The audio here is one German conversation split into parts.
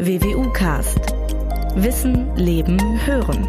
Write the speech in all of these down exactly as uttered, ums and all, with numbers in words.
W W U-Cast. Wissen, Leben, Hören.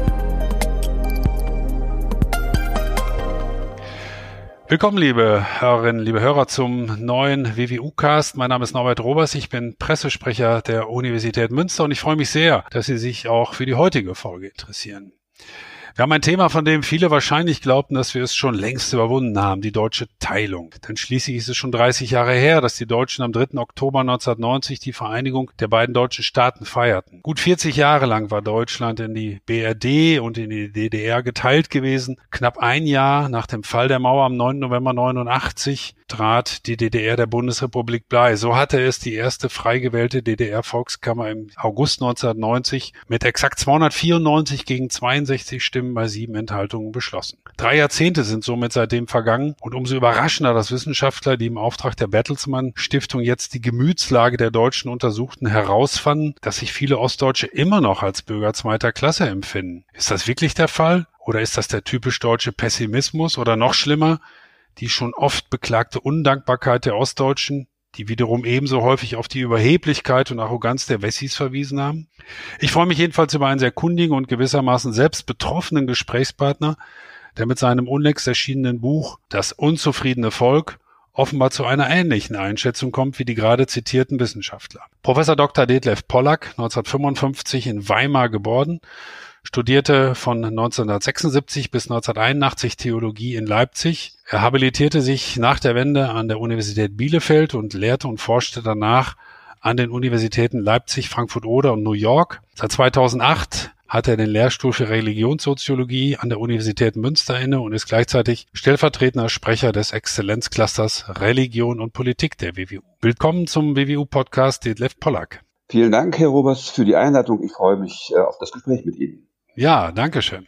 Willkommen, liebe Hörerinnen, liebe Hörer, zum neuen W W U-Cast. Mein Name ist Norbert Robers, ich bin Pressesprecher der Universität Münster und ich freue mich sehr, dass Sie sich auch für die heutige Folge interessieren. Wir haben ein Thema, von dem viele wahrscheinlich glaubten, dass wir es schon längst überwunden haben, die deutsche Teilung. Denn schließlich ist es schon dreißig Jahre her, dass die Deutschen am dritten Oktober neunzehnhundertneunzig die Vereinigung der beiden deutschen Staaten feierten. Gut vierzig Jahre lang war Deutschland in die B R D und in die D D R geteilt gewesen. Knapp ein Jahr nach dem Fall der Mauer am neunten November neunundachtzig trat die D D R der Bundesrepublik bei. So hatte es die erste frei gewählte D D R-Volkskammer im August neunzehnhundertneunzig mit exakt zweihundertvierundneunzig gegen zweiundsechzig Stimmen bei sieben Enthaltungen beschlossen. Drei Jahrzehnte sind somit seitdem vergangen und umso überraschender, dass Wissenschaftler, die im Auftrag der Bertelsmann Stiftung jetzt die Gemütslage der Deutschen untersuchten, herausfanden, dass sich viele Ostdeutsche immer noch als Bürger zweiter Klasse empfinden. Ist das wirklich der Fall? Oder ist das der typisch deutsche Pessimismus? Oder noch schlimmer, die schon oft beklagte Undankbarkeit der Ostdeutschen, die wiederum ebenso häufig auf die Überheblichkeit und Arroganz der Wessis verwiesen haben? Ich freue mich jedenfalls über einen sehr kundigen und gewissermaßen selbst betroffenen Gesprächspartner, der mit seinem unlängst erschienenen Buch »Das unzufriedene Volk« offenbar zu einer ähnlichen Einschätzung kommt wie die gerade zitierten Wissenschaftler. Professor Doktor Detlef Pollack, neunzehnhundertfünfundfünfzig in Weimar geboren, studierte von neunzehnhundertsechsundsiebzig bis neunzehnhunderteinundachtzig Theologie in Leipzig. Er habilitierte sich nach der Wende an der Universität Bielefeld und lehrte und forschte danach an den Universitäten Leipzig, Frankfurt-Oder und New York. Seit zweitausendacht hat er den Lehrstuhl für Religionssoziologie an der Universität Münster inne und ist gleichzeitig stellvertretender Sprecher des Exzellenzclusters Religion und Politik der W W U. Willkommen zum W W U-Podcast Detlef Pollack. Vielen Dank, Herr Robers, für die Einladung. Ich freue mich äh, auf das Gespräch mit Ihnen. Ja, danke schön.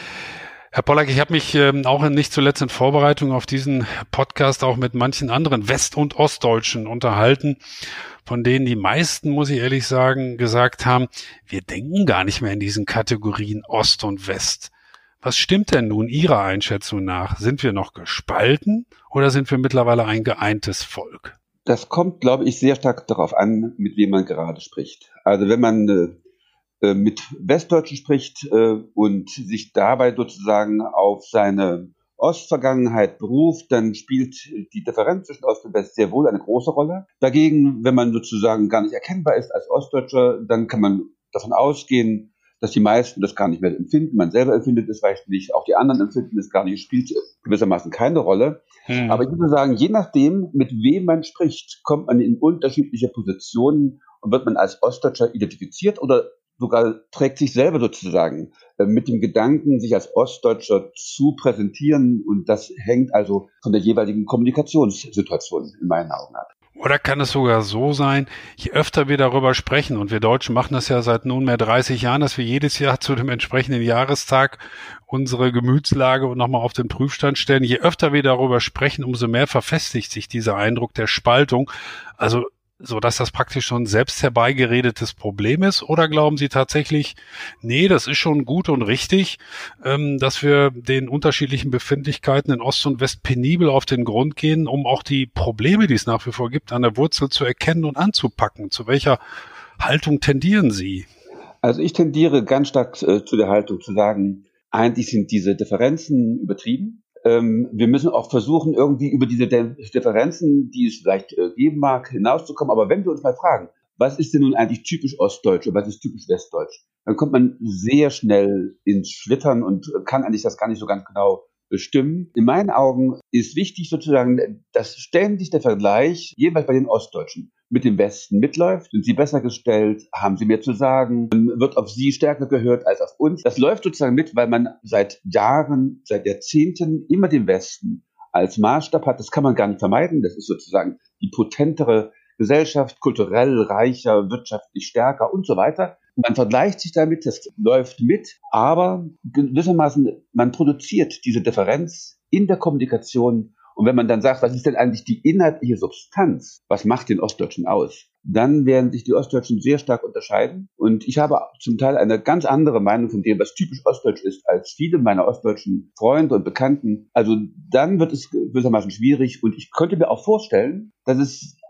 Herr Pollack, ich habe mich ähm, auch nicht zuletzt in Vorbereitung auf diesen Podcast auch mit manchen anderen West- und Ostdeutschen unterhalten, von denen die meisten, muss ich ehrlich sagen, gesagt haben, wir denken gar nicht mehr in diesen Kategorien Ost und West. Was stimmt denn nun Ihrer Einschätzung nach? Sind wir noch gespalten oder sind wir mittlerweile ein geeintes Volk? Das kommt, glaube ich, sehr stark darauf an, mit wem man gerade spricht. Also wenn man äh, mit Westdeutschen spricht äh, und sich dabei sozusagen auf seine Ostvergangenheit beruft, dann spielt die Differenz zwischen Ost und West sehr wohl eine große Rolle. Dagegen, wenn man sozusagen gar nicht erkennbar ist als Ostdeutscher, dann kann man davon ausgehen, dass die meisten das gar nicht mehr empfinden. Man selber empfindet es vielleicht nicht, auch die anderen empfinden es gar nicht. Es spielt gewissermaßen keine Rolle. Hm. Aber ich würde sagen, je nachdem, mit wem man spricht, kommt man in unterschiedliche Positionen und wird man als Ostdeutscher identifiziert oder sogar trägt sich selber sozusagen äh, mit dem Gedanken, sich als Ostdeutscher zu präsentieren. Und das hängt also von der jeweiligen Kommunikationssituation in meinen Augen ab. Oder kann es sogar so sein, je öfter wir darüber sprechen, und wir Deutschen machen das ja seit nunmehr dreißig Jahren, dass wir jedes Jahr zu dem entsprechenden Jahrestag unsere Gemütslage nochmal auf den Prüfstand stellen, je öfter wir darüber sprechen, umso mehr verfestigt sich dieser Eindruck der Spaltung, also so dass das praktisch schon selbst herbeigeredetes Problem ist? Oder glauben Sie tatsächlich, nee, das ist schon gut und richtig, ähm, dass wir den unterschiedlichen Befindlichkeiten in Ost und West penibel auf den Grund gehen, um auch die Probleme, die es nach wie vor gibt, an der Wurzel zu erkennen und anzupacken? Zu welcher Haltung tendieren Sie? Also ich tendiere ganz stark äh, zu der Haltung zu sagen, eigentlich sind diese Differenzen übertrieben. Wir müssen auch versuchen, irgendwie über diese Differenzen, die es vielleicht geben mag, hinauszukommen. Aber wenn wir uns mal fragen, was ist denn nun eigentlich typisch Ostdeutsch und was ist typisch Westdeutsch, dann kommt man sehr schnell ins Schlittern und kann eigentlich das gar nicht so ganz genau bestimmen. In meinen Augen ist wichtig sozusagen, dass ständig der Vergleich, jeweils bei den Ostdeutschen, mit dem Westen mitläuft. Sind sie besser gestellt? Haben sie mehr zu sagen? Wird auf sie stärker gehört als auf uns? Das läuft sozusagen mit, weil man seit Jahren, seit Jahrzehnten immer den Westen als Maßstab hat. Das kann man gar nicht vermeiden. Das ist sozusagen die potentere Gesellschaft, kulturell reicher, wirtschaftlich stärker und so weiter. Man vergleicht sich damit, das läuft mit, aber gewissermaßen, man produziert diese Differenz in der Kommunikation. Und wenn man dann sagt, was ist denn eigentlich die inhaltliche Substanz, was macht den Ostdeutschen aus, dann werden sich die Ostdeutschen sehr stark unterscheiden. Und ich habe zum Teil eine ganz andere Meinung von dem, was typisch ostdeutsch ist, als viele meiner ostdeutschen Freunde und Bekannten. Also dann wird es gewissermaßen schwierig. Und ich könnte mir auch vorstellen, dass es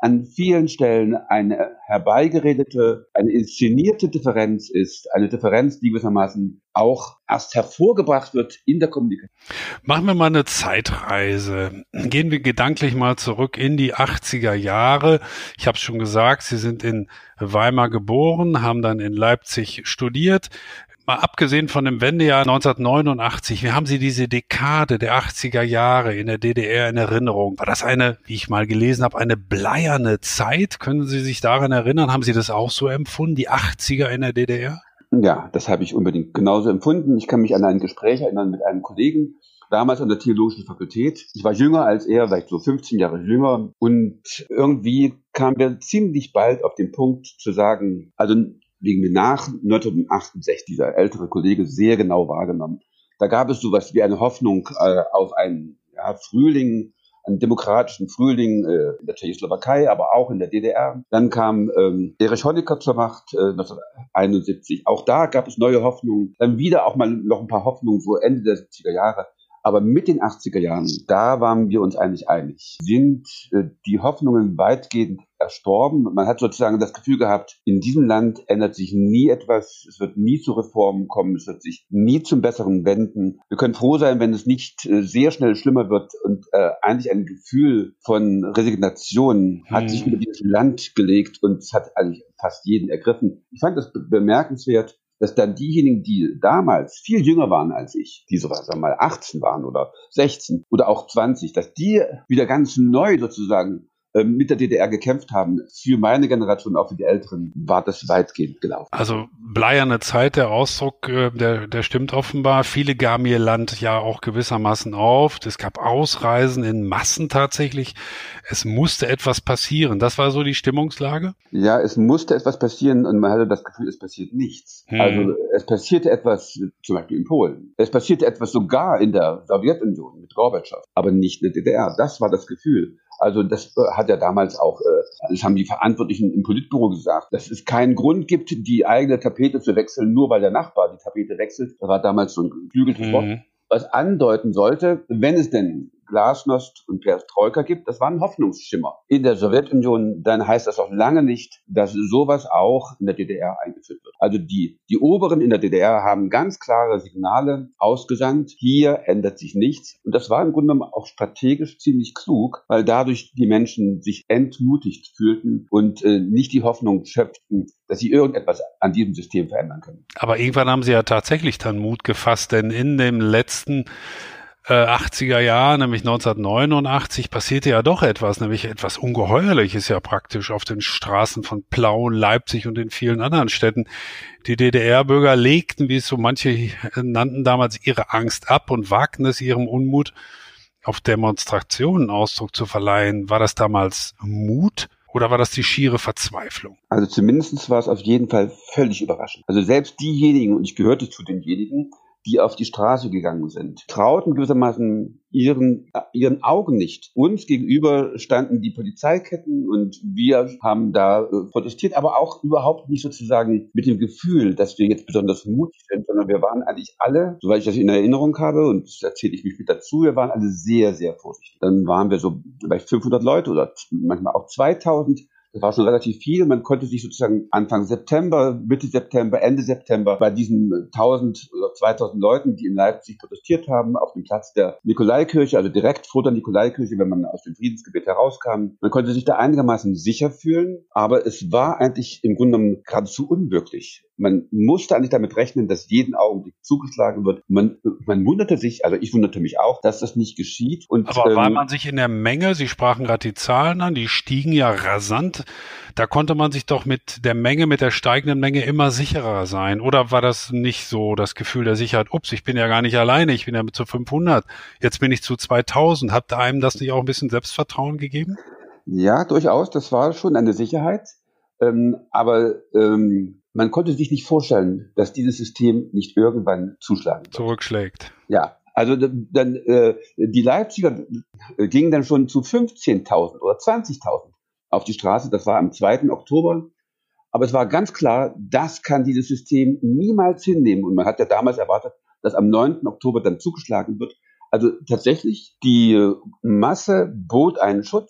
an vielen Stellen eine herbeigeredete, eine inszenierte Differenz ist, eine Differenz, die gewissermaßen auch erst hervorgebracht wird in der Kommunikation. Machen wir mal eine Zeitreise. Gehen wir gedanklich mal zurück in die achtziger Jahre. Ich habe es schon gesagt, Sie sind in Weimar geboren, haben dann in Leipzig studiert. Mal abgesehen von dem Wendejahr neunzehnhundertneunundachtzig, wie haben Sie diese Dekade der achtziger Jahre in der D D R in Erinnerung? War das eine, wie ich mal gelesen habe, eine bleierne Zeit? Können Sie sich daran erinnern? Haben Sie das auch so empfunden, die achtziger in der D D R? Ja, das habe ich unbedingt genauso empfunden. Ich kann mich an ein Gespräch erinnern mit einem Kollegen, damals an der Theologischen Fakultät. Ich war jünger als er, vielleicht so fünfzehn Jahre jünger. Und irgendwie kamen wir ziemlich bald auf den Punkt zu sagen, also liegen wir nach neunzehnhundertachtundsechzig, dieser ältere Kollege, sehr genau wahrgenommen. Da gab es sowas wie eine Hoffnung äh, auf einen ja, Frühling, einen demokratischen Frühling äh, in der Tschechoslowakei, aber auch in der D D R. Dann kam ähm, Erich Honecker zur Macht äh, neunzehnhunderteinundsiebzig. Auch da gab es neue Hoffnungen. Dann wieder auch mal noch ein paar Hoffnungen so Ende der siebziger Jahre. Aber mit den achtziger Jahren, da waren wir uns eigentlich einig, sind äh, die Hoffnungen weitgehend erstorben. Man hat sozusagen das Gefühl gehabt, in diesem Land ändert sich nie etwas, es wird nie zu Reformen kommen, es wird sich nie zum Besseren wenden. Wir können froh sein, wenn es nicht äh, sehr schnell schlimmer wird und äh, eigentlich ein Gefühl von Resignation hm. hat sich über dieses Land gelegt und es hat eigentlich fast jeden ergriffen. Ich fand das be- bemerkenswert, dass dann diejenigen, die damals viel jünger waren als ich, die so sagen wir mal achtzehn waren oder sechzehn oder auch zwanzig, dass die wieder ganz neu sozusagen mit der D D R gekämpft haben. Für meine Generation, auch für die Älteren, war das weitgehend gelaufen. Also bleierne Zeit, der Ausdruck, der, der stimmt offenbar. Viele gaben ihr Land ja auch gewissermaßen auf. Es gab Ausreisen in Massen tatsächlich. Es musste etwas passieren. Das war so die Stimmungslage? Ja, es musste etwas passieren und man hatte das Gefühl, es passiert nichts. Hm. Also es passierte etwas zum Beispiel in Polen. Es passierte etwas sogar in der Sowjetunion mit Gorbatschow, aber nicht in der D D R. Das war das Gefühl. Also das hat ja damals auch, das haben die Verantwortlichen im Politbüro gesagt, dass es keinen Grund gibt, die eigene Tapete zu wechseln, nur weil der Nachbar die Tapete wechselt. Das war damals so ein geflügeltes Wort, mhm. was andeuten sollte, wenn es denn Glasnost und Perestroika gibt, das war ein Hoffnungsschimmer. In der Sowjetunion, dann heißt das auch lange nicht, dass sowas auch in der D D R eingeführt wird. Also die, die Oberen in der D D R haben ganz klare Signale ausgesandt, hier ändert sich nichts. Und das war im Grunde genommen auch strategisch ziemlich klug, weil dadurch die Menschen sich entmutigt fühlten und äh, nicht die Hoffnung schöpften, dass sie irgendetwas an diesem System verändern können. Aber irgendwann haben sie ja tatsächlich dann Mut gefasst, denn in dem letzten achtziger Jahr, nämlich neunzehnhundertneunundachtzig, passierte ja doch etwas, nämlich etwas Ungeheuerliches ja praktisch auf den Straßen von Plauen, Leipzig und in vielen anderen Städten. Die D D R-Bürger legten, wie es so manche nannten damals, ihre Angst ab und wagten es ihrem Unmut, auf Demonstrationen Ausdruck zu verleihen. War das damals Mut? Oder war das die schiere Verzweiflung? Also zumindest war es auf jeden Fall völlig überraschend. Also selbst diejenigen, und ich gehörte zu denjenigen, die auf die Straße gegangen sind, trauten gewissermaßen ihren, ihren Augen nicht. Uns gegenüber standen die Polizeiketten und wir haben da äh, protestiert, aber auch überhaupt nicht sozusagen mit dem Gefühl, dass wir jetzt besonders mutig sind, sondern wir waren eigentlich alle, soweit ich das in Erinnerung habe, und das erzähle ich mich mit dazu, wir waren alle sehr, sehr vorsichtig. Dann waren wir so vielleicht fünfhundert Leute oder manchmal auch zweitausend. Das war schon relativ viel. Man konnte sich sozusagen Anfang September, Mitte September, Ende September bei diesen tausend oder zweitausend Leuten, die in Leipzig protestiert haben, auf dem Platz der Nikolaikirche, also direkt vor der Nikolaikirche, wenn man aus dem Friedensgebet herauskam, man konnte sich da einigermaßen sicher fühlen, aber es war eigentlich im Grunde genommen geradezu unwirklich. Man musste eigentlich damit rechnen, dass jeden Augenblick zugeschlagen wird. Man, man wunderte sich, also ich wunderte mich auch, dass das nicht geschieht. Und, aber ähm, weil man sich in der Menge, Sie sprachen gerade die Zahlen an, die stiegen ja rasant, da konnte man sich doch mit der Menge, mit der steigenden Menge immer sicherer sein. Oder war das nicht so, das Gefühl der Sicherheit, ups, ich bin ja gar nicht alleine, ich bin ja zu fünfhundert, jetzt bin ich zu zweitausend. Hat einem das nicht auch ein bisschen Selbstvertrauen gegeben? Ja, durchaus, das war schon eine Sicherheit. Ähm, aber ähm, man konnte sich nicht vorstellen, dass dieses System nicht irgendwann zuschlagen wird. Zurückschlägt. Ja, also dann äh, die Leipziger äh, gingen dann schon zu fünfzehntausend oder zwanzigtausend auf die Straße. Das war am zweiten Oktober. Aber es war ganz klar, das kann dieses System niemals hinnehmen. Und man hat ja damals erwartet, dass am neunten Oktober dann zugeschlagen wird. Also tatsächlich, die Masse bot einen Schutz.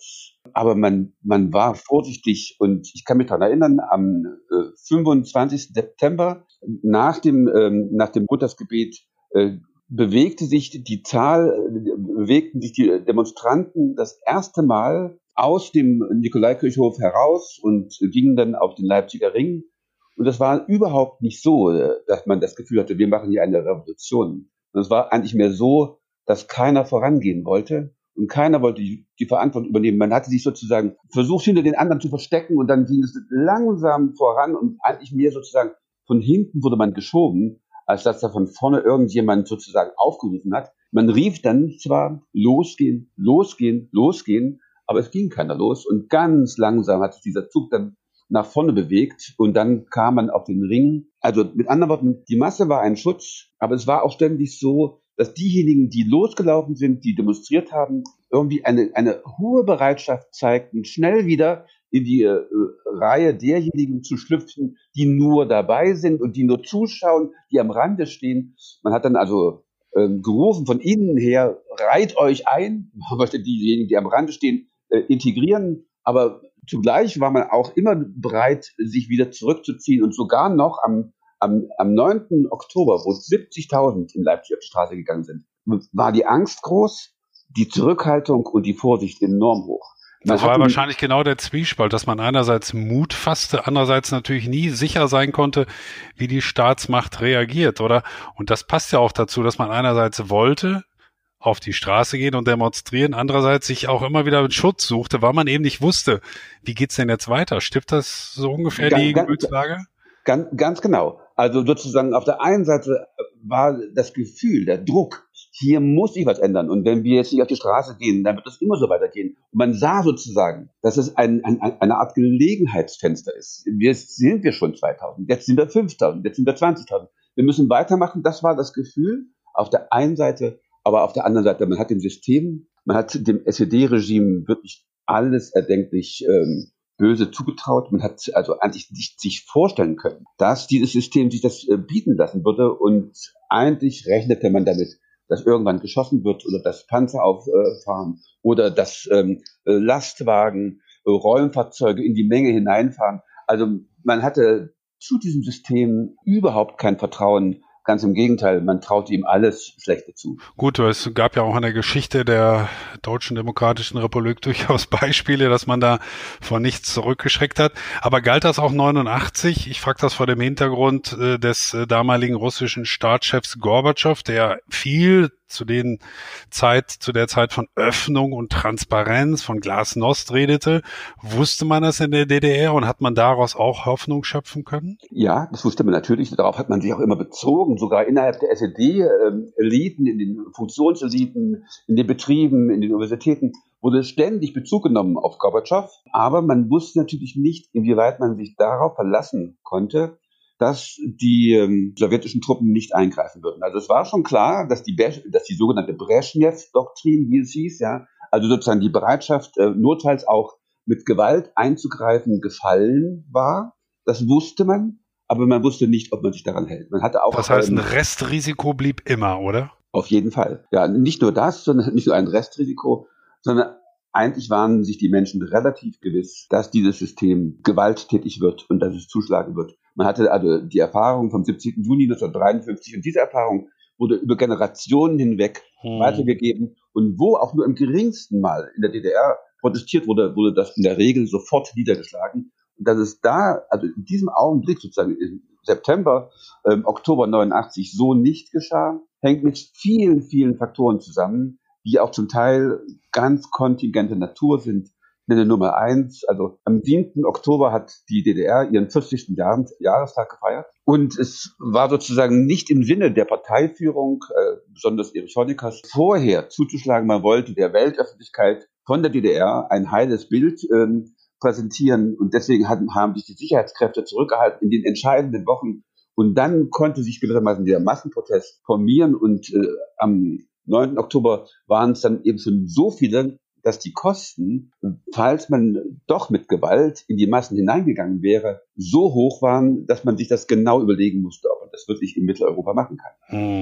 aber man, man war vorsichtig und ich kann mich daran erinnern, am äh, fünfundzwanzigsten September nach dem, ähm, nach dem Montagsgebet äh, bewegte sich die Zahl, äh, bewegten sich die Demonstranten das erste Mal aus dem Nikolaikirchhof heraus und gingen dann auf den Leipziger Ring. Und das war überhaupt nicht so, äh, dass man das Gefühl hatte, wir machen hier eine Revolution. Und es war eigentlich mehr so, dass keiner vorangehen wollte und keiner wollte die, die Verantwortung übernehmen. Man hatte sich sozusagen versucht, hinter den anderen zu verstecken und dann ging es langsam voran und eigentlich mehr sozusagen von hinten wurde man geschoben, als dass da von vorne irgendjemand sozusagen aufgerufen hat. Man rief dann zwar losgehen, losgehen, losgehen, aber es ging keiner los und ganz langsam hat sich dieser Zug dann nach vorne bewegt und dann kam man auf den Ring. Also mit anderen Worten, die Masse war ein Schutz, aber es war auch ständig so, dass diejenigen, die losgelaufen sind, die demonstriert haben, irgendwie eine, eine hohe Bereitschaft zeigten, schnell wieder in die äh, Reihe derjenigen zu schlüpfen, die nur dabei sind und die nur zuschauen, die am Rande stehen. Man hat dann also ähm, gerufen von innen her, reiht euch ein, man möchte diejenigen, die am Rande stehen, äh, integrieren, aber zugleich war man auch immer bereit, sich wieder zurückzuziehen und sogar noch am Am, am neunten Oktober, wo siebzigtausend in Leipzig auf die Straße gegangen sind, war die Angst groß, die Zurückhaltung und die Vorsicht enorm hoch. Man Das war hatte, wahrscheinlich genau der Zwiespalt, dass man einerseits Mut fasste, andererseits natürlich nie sicher sein konnte, wie die Staatsmacht reagiert, oder? Und das passt ja auch dazu, dass man einerseits wollte, auf die Straße gehen und demonstrieren, andererseits sich auch immer wieder Schutz suchte, weil man eben nicht wusste, wie geht's denn jetzt weiter? Stimmt das so ungefähr, die ganz, Gemütslage? ganz, ganz genau. Also sozusagen auf der einen Seite war das Gefühl, der Druck, hier muss sich was ändern. Und wenn wir jetzt nicht auf die Straße gehen, dann wird es immer so weitergehen. Und man sah sozusagen, dass es ein, ein, eine Art Gelegenheitsfenster ist. Jetzt sind wir schon zweitausend, jetzt sind wir fünftausend, jetzt sind wir zwanzigtausend. Wir müssen weitermachen. Das war das Gefühl auf der einen Seite, aber auf der anderen Seite, man hat dem System, man hat dem S E D-Regime wirklich alles erdenklich ähm, böse zugetraut. Man hat also eigentlich nicht sich vorstellen können, dass dieses System sich das äh, bieten lassen würde. Und eigentlich rechnete man damit, dass irgendwann geschossen wird oder dass Panzer auffahren oder dass ähm, äh, Lastwagen, äh, Räumfahrzeuge in die Menge hineinfahren. Also man hatte zu diesem System überhaupt kein Vertrauen. Ganz im Gegenteil, man traute ihm alles Schlechte zu. Gut, es gab ja auch in der Geschichte der Deutschen Demokratischen Republik durchaus Beispiele, dass man da vor nichts zurückgeschreckt hat. Aber galt das auch neunundachtzig? Ich frage das vor dem Hintergrund äh, des äh, damaligen russischen Staatschefs Gorbatschow, der viel zu den Zeit, zu der Zeit von Öffnung und Transparenz, von Glasnost redete. Wusste man das in der D D R und hat man daraus auch Hoffnung schöpfen können? Ja, das wusste man natürlich. Darauf hat man sich auch immer bezogen, sogar innerhalb der S E D-Eliten, in den Funktionseliten, in den Betrieben, in den Universitäten, wurde ständig Bezug genommen auf Gorbatschow. Aber man wusste natürlich nicht, inwieweit man sich darauf verlassen konnte, dass die ähm, sowjetischen Truppen nicht eingreifen würden. Also es war schon klar, dass die, Be- dass die sogenannte Breschnew-Doktrin, wie es hieß, ja, also sozusagen die Bereitschaft, äh, notfalls auch mit Gewalt einzugreifen, gefallen war. Das wusste man, aber man wusste nicht, ob man sich daran hält. Man hatte auch, Das heißt, ein ähm, Restrisiko blieb immer, oder? auf jeden Fall. Ja, nicht nur das, sondern nicht nur ein Restrisiko, sondern eigentlich waren sich die Menschen relativ gewiss, dass dieses System gewalttätig wird und dass es zuschlagen wird. Man hatte also die Erfahrung vom siebzehnten Juni neunzehnhundertdreiundfünfzig und diese Erfahrung wurde über Generationen hinweg hm. weitergegeben. Und wo auch nur im geringsten Mal in der D D R protestiert wurde, wurde das in der Regel sofort niedergeschlagen. Und dass es da, also in diesem Augenblick sozusagen im September, ähm, Oktober neunundachtzig so nicht geschah, hängt mit vielen, vielen Faktoren zusammen, die auch zum Teil ganz kontingente Natur sind. Ich nenne Nummer eins, also am siebten Oktober hat die D D R ihren vierzigsten Jahr, Jahrestag gefeiert. Und es war sozusagen nicht im Sinne der Parteiführung, äh, besonders Erich Honeckers, vorher zuzuschlagen. Man wollte der Weltöffentlichkeit von der D D R ein heiles Bild ähm, präsentieren. Und deswegen hatten, haben sich die Sicherheitskräfte zurückgehalten in den entscheidenden Wochen. Und dann konnte sich gewissermaßen der Massenprotest formieren. Und äh, am neunten Oktober waren es dann eben schon so viele, dass die Kosten, falls man doch mit Gewalt in die Massen hineingegangen wäre, so hoch waren, dass man sich das genau überlegen musste, ob man das wirklich in Mitteleuropa machen kann. Hm.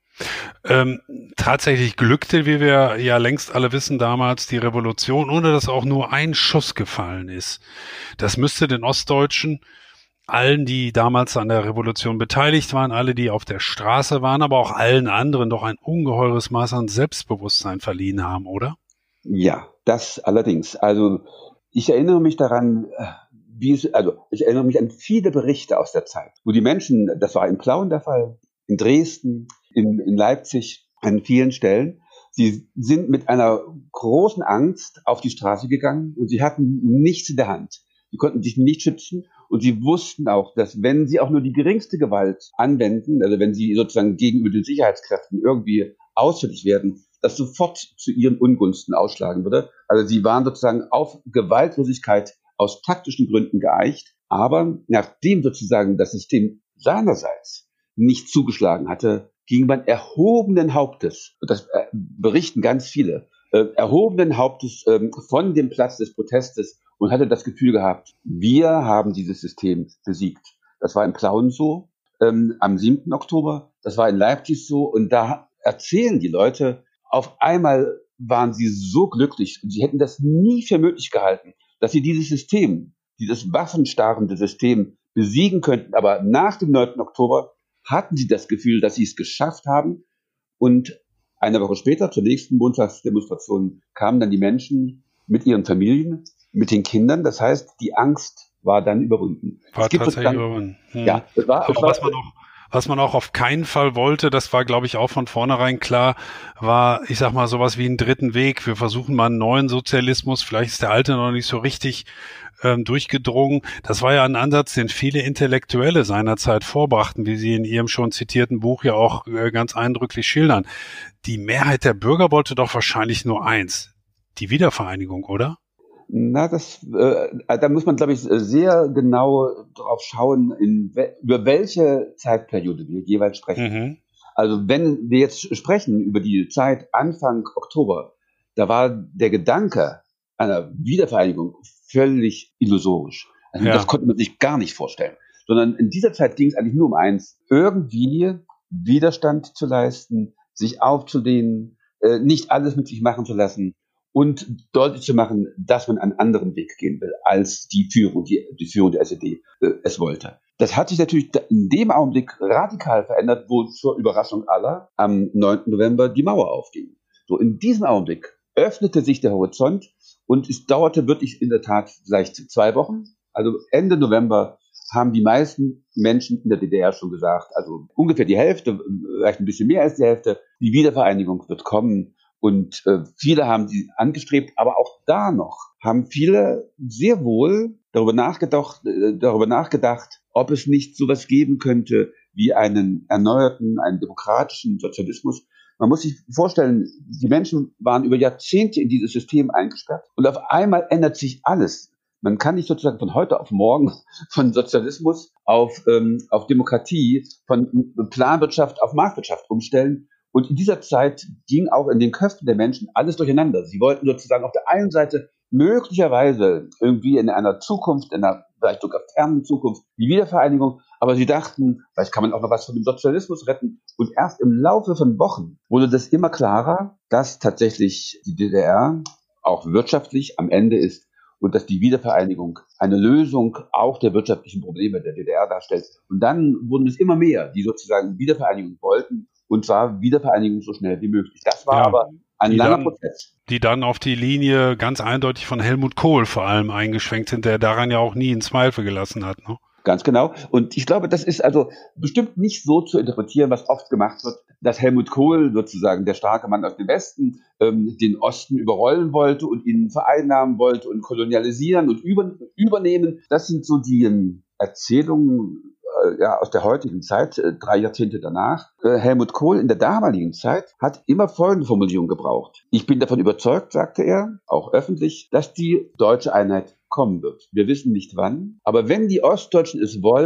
Ähm, tatsächlich glückte, wie wir ja längst alle wissen, damals die Revolution, ohne dass auch nur ein Schuss gefallen ist. Das müsste den Ostdeutschen, allen, die damals an der Revolution beteiligt waren, alle, die auf der Straße waren, aber auch allen anderen doch ein ungeheures Maß an Selbstbewusstsein verliehen haben, oder? Ja, das allerdings. Also ich erinnere mich daran, wie es, also ich erinnere mich an viele Berichte aus der Zeit, wo die Menschen, das war in Plauen der Fall, in Dresden, in, in Leipzig, an vielen Stellen, sie sind mit einer großen Angst auf die Straße gegangen und sie hatten nichts in der Hand. Sie konnten sich nicht schützen und sie wussten auch, dass wenn sie auch nur die geringste Gewalt anwenden, also wenn sie sozusagen gegenüber den Sicherheitskräften irgendwie ausfällig werden, das sofort zu ihren Ungunsten ausschlagen würde. Also sie waren sozusagen auf Gewaltlosigkeit aus taktischen Gründen geeicht. Aber nachdem sozusagen das System seinerseits nicht zugeschlagen hatte, ging man erhobenen Hauptes, und das äh, berichten ganz viele, äh, erhobenen Hauptes äh, von dem Platz des Protestes und hatte das Gefühl gehabt, wir haben dieses System besiegt. Das war in Plauen so, ähm, am siebten Oktober, das war in Leipzig so und da erzählen die Leute, auf einmal waren sie so glücklich und sie hätten das nie für möglich gehalten, dass sie dieses System, dieses waffenstarrende System besiegen könnten. Aber nach dem neunten Oktober hatten sie das Gefühl, dass sie es geschafft haben. Und eine Woche später, zur nächsten Montagsdemonstration, kamen dann die Menschen mit ihren Familien, mit den Kindern. Das heißt, die Angst war dann überwunden. War es gibt tatsächlich dann, überwunden. Hm. Ja, es war, Aber es war, was man auch Was man auch auf keinen Fall wollte, das war, glaube ich, auch von vornherein klar, war, ich sag mal, sowas wie einen dritten Weg. Wir versuchen mal einen neuen Sozialismus. Vielleicht ist der alte noch nicht so richtig ähm, durchgedrungen. Das war ja ein Ansatz, den viele Intellektuelle seinerzeit vorbrachten, wie Sie in Ihrem schon zitierten Buch ja auch äh, ganz eindrücklich schildern. Die Mehrheit der Bürger wollte doch wahrscheinlich nur eins, die Wiedervereinigung, oder? Na, das, äh, da muss man, glaube ich, sehr genau drauf schauen, in we- über welche Zeitperiode wir jeweils sprechen. Mhm. Also wenn wir jetzt sprechen über die Zeit Anfang Oktober, da war der Gedanke einer Wiedervereinigung völlig illusorisch. Also Ja. das konnte man sich gar nicht vorstellen. Sondern in dieser Zeit ging es eigentlich nur um eins, irgendwie Widerstand zu leisten, sich aufzulehnen, äh, nicht alles mit sich machen zu lassen und deutlich zu machen, dass man einen anderen Weg gehen will, als die Führung, die, die Führung der S E D äh, es wollte. Das hat sich natürlich in dem Augenblick radikal verändert, wo zur Überraschung aller am neunten November die Mauer aufging. So in diesem Augenblick öffnete sich der Horizont und es dauerte wirklich in der Tat vielleicht zwei Wochen. Also Ende November haben die meisten Menschen in der D D R schon gesagt, also ungefähr die Hälfte, vielleicht ein bisschen mehr als die Hälfte, die Wiedervereinigung wird kommen. Und äh, viele haben sie angestrebt, aber auch da noch haben viele sehr wohl darüber nachgedacht, äh, darüber nachgedacht, ob es nicht sowas geben könnte wie einen erneuerten, einen demokratischen Sozialismus. Man muss sich vorstellen, die Menschen waren über Jahrzehnte in dieses System eingesperrt und auf einmal ändert sich alles. Man kann nicht sozusagen von heute auf morgen von Sozialismus auf, ähm, auf Demokratie, von Planwirtschaft auf Marktwirtschaft umstellen. Und in dieser Zeit ging auch in den Köpfen der Menschen alles durcheinander. Sie wollten sozusagen auf der einen Seite möglicherweise irgendwie in einer Zukunft, in einer vielleicht sogar fernen Zukunft, die Wiedervereinigung, aber sie dachten, vielleicht kann man auch noch was von dem Sozialismus retten. Und erst im Laufe von Wochen wurde das immer klarer, dass tatsächlich die D D R auch wirtschaftlich am Ende ist und dass die Wiedervereinigung eine Lösung auch der wirtschaftlichen Probleme der D D R darstellt. Und dann wurden es immer mehr, die sozusagen Wiedervereinigung wollten. Und zwar Wiedervereinigung so schnell wie möglich. Das war Ja, aber ein die langer dann- Prozess. die dann auf die Linie ganz eindeutig von Helmut Kohl vor allem eingeschwenkt sind, der daran ja auch nie in Zweifel gelassen hat. Ne? Ganz genau. Und ich glaube, das ist also bestimmt nicht so zu interpretieren, was oft gemacht wird, dass Helmut Kohl sozusagen, der starke Mann aus dem Westen, ähm, den Osten überrollen wollte und ihn vereinnahmen wollte und kolonialisieren und über, übernehmen. Das sind so die ähm, Erzählungen äh, ja, aus der heutigen Zeit, äh, drei Jahrzehnte danach. Äh, Helmut Kohl in der damaligen Zeit hat immer folgende Formulierung gebraucht. Ich bin davon überzeugt, sagte er, auch öffentlich, dass die deutsche Einheit kommen wird. Wir wissen nicht wann, aber wenn die Ostdeutschen es wollen,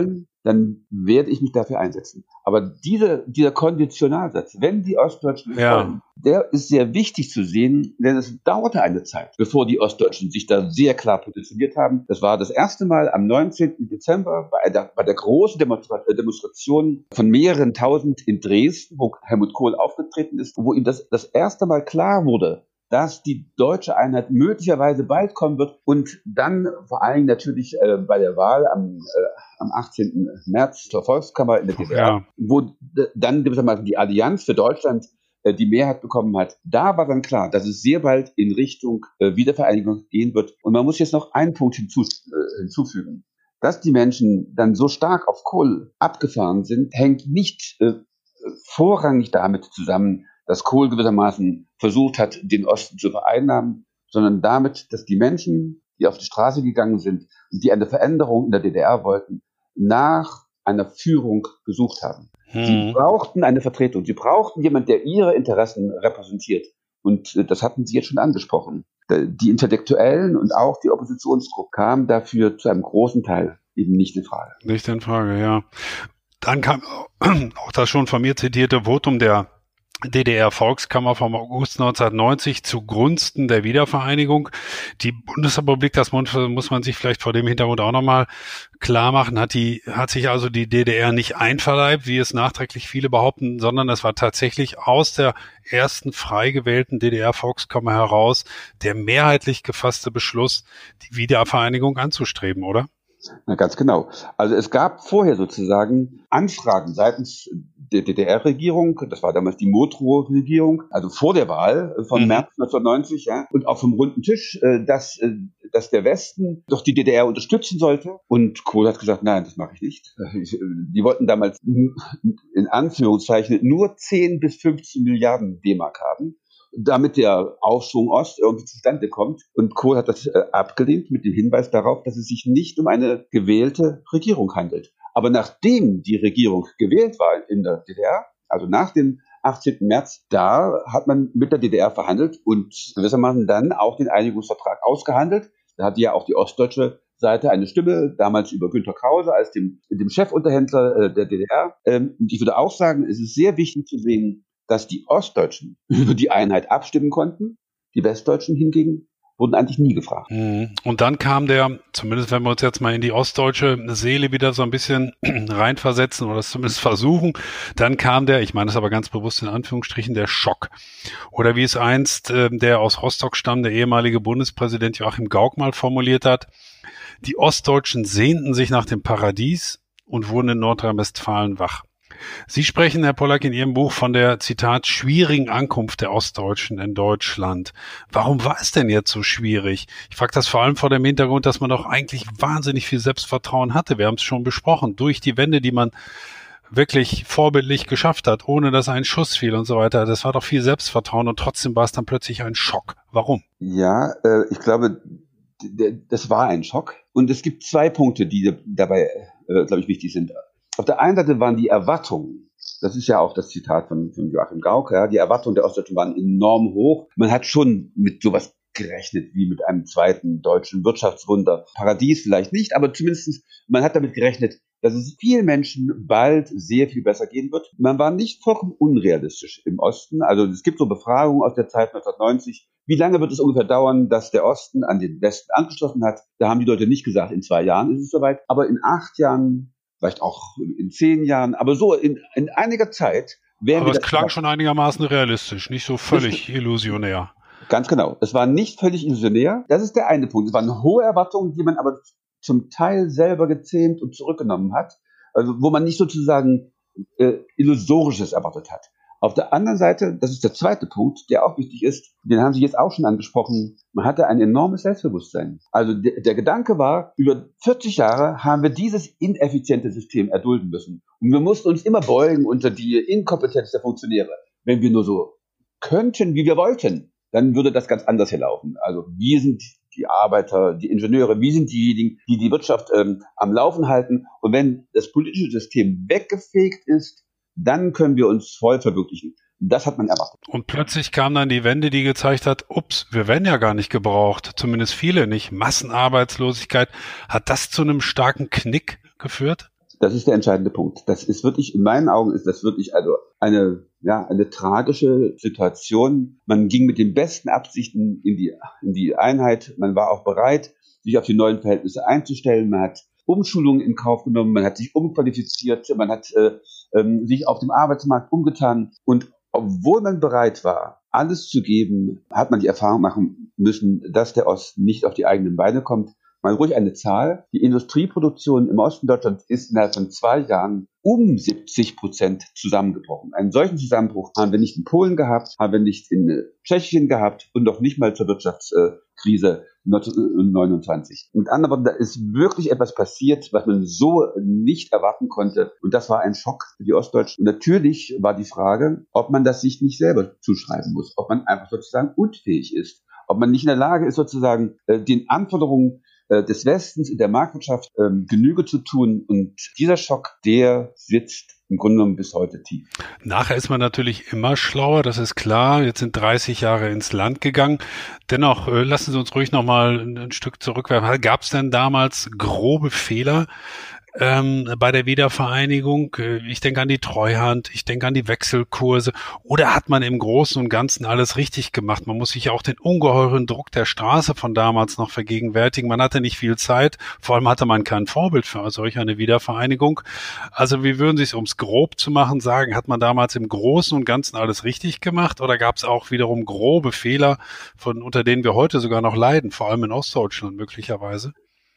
dann werde ich mich dafür einsetzen. Aber diese, dieser Konditionalsatz, wenn die Ostdeutschen ja. wollen, der ist sehr wichtig zu sehen, denn es dauerte eine Zeit, bevor die Ostdeutschen sich da sehr klar positioniert haben. Das war das erste Mal am neunzehnten Dezember bei der, bei der großen Demonstra- Demonstration von mehreren tausend in Dresden, wo Helmut Kohl aufgetreten ist, wo ihm das, das erste Mal klar wurde, dass die deutsche Einheit möglicherweise bald kommen wird und dann vor allem natürlich äh, bei der Wahl am, äh, am achtzehnten März zur Volkskammer in der D D R, ja. wo d- dann gewissermaßen die Allianz für Deutschland äh, die Mehrheit bekommen hat. Da war dann klar, dass es sehr bald in Richtung äh, Wiedervereinigung gehen wird. Und man muss jetzt noch einen Punkt hinzu, äh, hinzufügen. Dass die Menschen dann so stark auf Kohl abgefahren sind, hängt nicht äh, vorrangig damit zusammen, dass Kohl gewissermaßen versucht hat, den Osten zu vereinnahmen, sondern damit, dass die Menschen, die auf die Straße gegangen sind und die eine Veränderung in der D D R wollten, nach einer Führung gesucht haben. Hm. Sie brauchten eine Vertretung. Sie brauchten jemanden, der ihre Interessen repräsentiert. Und das hatten Sie jetzt schon angesprochen. Die Intellektuellen und auch die Oppositionsgruppe kamen dafür zu einem großen Teil eben nicht in Frage. Nicht in Frage, ja. Dann kam auch das schon von mir zitierte Votum der D D R-Volkskammer vom August neunzehnhundertneunzig zugunsten der Wiedervereinigung. Die Bundesrepublik, das muss man sich vielleicht vor dem Hintergrund auch nochmal klar machen, hat die, hat sich also die D D R nicht einverleibt, wie es nachträglich viele behaupten, sondern es war tatsächlich aus der ersten frei gewählten D D R-Volkskammer heraus der mehrheitlich gefasste Beschluss, die Wiedervereinigung anzustreben, oder? Na, ganz genau. Also es gab vorher sozusagen Anfragen seitens der D D R-Regierung, das war damals die Motro-Regierung, also vor der Wahl von mhm. März neunzehnhundertneunzig, ja, und auch vom runden Tisch, dass, dass der Westen doch die D D R unterstützen sollte. Und Kohl hat gesagt, nein, das mache ich nicht. Die wollten damals in Anführungszeichen nur zehn bis fünfzehn Milliarden D-Mark haben, damit der Aufschwung Ost irgendwie zustande kommt. Und Kohl hat das äh, abgelehnt mit dem Hinweis darauf, dass es sich nicht um eine gewählte Regierung handelt. Aber nachdem die Regierung gewählt war in der D D R, also nach dem achtzehnten März, da hat man mit der D D R verhandelt und gewissermaßen dann auch den Einigungsvertrag ausgehandelt. Da hatte ja auch die ostdeutsche Seite eine Stimme, damals über Günter Krause als dem, dem Chefunterhändler äh, der D D R. Ähm, ich würde auch sagen, es ist sehr wichtig zu sehen, dass die Ostdeutschen über die Einheit abstimmen konnten. Die Westdeutschen hingegen wurden eigentlich nie gefragt. Und dann kam der, zumindest wenn wir uns jetzt mal in die ostdeutsche Seele wieder so ein bisschen reinversetzen oder es zumindest versuchen, dann kam der, ich meine das aber ganz bewusst in Anführungsstrichen, der Schock. Oder wie es einst äh, der aus Rostock stammende ehemalige Bundespräsident Joachim Gauck mal formuliert hat, die Ostdeutschen sehnten sich nach dem Paradies und wurden in Nordrhein-Westfalen wach. Sie sprechen, Herr Pollack, in Ihrem Buch von der, Zitat, schwierigen Ankunft der Ostdeutschen in Deutschland. Warum war es denn jetzt so schwierig? Ich frage das vor allem vor dem Hintergrund, dass man doch eigentlich wahnsinnig viel Selbstvertrauen hatte. Wir haben es schon besprochen, durch die Wende, die man wirklich vorbildlich geschafft hat, ohne dass ein Schuss fiel und so weiter. Das war doch viel Selbstvertrauen und trotzdem war es dann plötzlich ein Schock. Warum? Ja, äh, ich glaube, d- das war ein Schock. Und es gibt zwei Punkte, die dabei, äh, glaube ich, wichtig sind. Auf der einen Seite waren die Erwartungen, das ist ja auch das Zitat von, von Joachim Gauck, ja, die Erwartungen der Ostdeutschen waren enorm hoch. Man hat schon mit sowas gerechnet wie mit einem zweiten deutschen Wirtschaftswunder. Paradies vielleicht nicht, aber zumindest man hat damit gerechnet, dass es vielen Menschen bald sehr viel besser gehen wird. Man war nicht vollkommen unrealistisch im Osten. Also es gibt so Befragungen aus der Zeit neunzehnhundertneunzig. Wie lange wird es ungefähr dauern, dass der Osten an den Westen angeschlossen hat? Da haben die Leute nicht gesagt, in zwei Jahren ist es soweit, aber in acht Jahren, vielleicht auch in zehn Jahren, aber so in, in einiger Zeit werden aber wir. Aber es klang schon einigermaßen realistisch, nicht so völlig illusionär. Ganz genau. Es war nicht völlig illusionär. Das ist der eine Punkt. Es waren hohe Erwartungen, die man aber zum Teil selber gezähmt und zurückgenommen hat. Also wo man nicht sozusagen äh, Illusorisches erwartet hat. Auf der anderen Seite, das ist der zweite Punkt, der auch wichtig ist, den haben Sie jetzt auch schon angesprochen, man hatte ein enormes Selbstbewusstsein. Also der, der Gedanke war, über vierzig Jahre haben wir dieses ineffiziente System erdulden müssen. Und wir mussten uns immer beugen unter die Inkompetenz der Funktionäre. Wenn wir nur so könnten, wie wir wollten, dann würde das ganz anders hier laufen. Also wir sind die Arbeiter, die Ingenieure, wir sind diejenigen, die die Wirtschaft ähm, am Laufen halten. Und wenn das politische System weggefegt ist, dann können wir uns voll verwirklichen. Das hat man erwartet. Und plötzlich kam dann die Wende, die gezeigt hat, ups, wir werden ja gar nicht gebraucht. Zumindest viele nicht. Massenarbeitslosigkeit. Hat das zu einem starken Knick geführt? Das ist der entscheidende Punkt. Das ist wirklich, in meinen Augen ist das wirklich also eine, ja, eine tragische Situation. Man ging mit den besten Absichten in die, in die Einheit. Man war auch bereit, sich auf die neuen Verhältnisse einzustellen. Man hat Umschulungen in Kauf genommen. Man hat sich umqualifiziert. Man hat äh, ähm, sich auf dem Arbeitsmarkt umgetan. Und obwohl man bereit war, alles zu geben, hat man die Erfahrung machen müssen, dass der Osten nicht auf die eigenen Beine kommt. Mal ruhig eine Zahl. Die Industrieproduktion im Osten Deutschlands ist innerhalb von zwei Jahren um siebzig Prozent zusammengebrochen. Einen solchen Zusammenbruch haben wir nicht in Polen gehabt, haben wir nicht in Tschechien gehabt und noch nicht mal zur Wirtschaftskrise neunzehnhundertneunundzwanzig. Mit anderen Worten, da ist wirklich etwas passiert, was man so nicht erwarten konnte. Und das war ein Schock für die Ostdeutschen. Und natürlich war die Frage, ob man das sich nicht selber zuschreiben muss, ob man einfach sozusagen unfähig ist, ob man nicht in der Lage ist, sozusagen den Anforderungen des Westens in der Marktwirtschaft ähm, Genüge zu tun. Und dieser Schock, der sitzt im Grunde genommen bis heute tief. Nachher ist man natürlich immer schlauer, das ist klar. Jetzt sind dreißig Jahre ins Land gegangen. Dennoch, äh, lassen Sie uns ruhig nochmal ein, ein Stück zurückwerfen. Gab es denn damals grobe Fehler ähm, bei der Wiedervereinigung? Ich denke an die Treuhand, ich denke an die Wechselkurse. Oder hat man im Großen und Ganzen alles richtig gemacht? Man muss sich ja auch den ungeheuren Druck der Straße von damals noch vergegenwärtigen. Man hatte nicht viel Zeit, vor allem hatte man kein Vorbild für solch eine Wiedervereinigung. Also wie würden Sie es, um es grob zu machen, sagen, hat man damals im Großen und Ganzen alles richtig gemacht? Oder gab es auch wiederum grobe Fehler, von unter denen wir heute sogar noch leiden, vor allem in Ostdeutschland möglicherweise?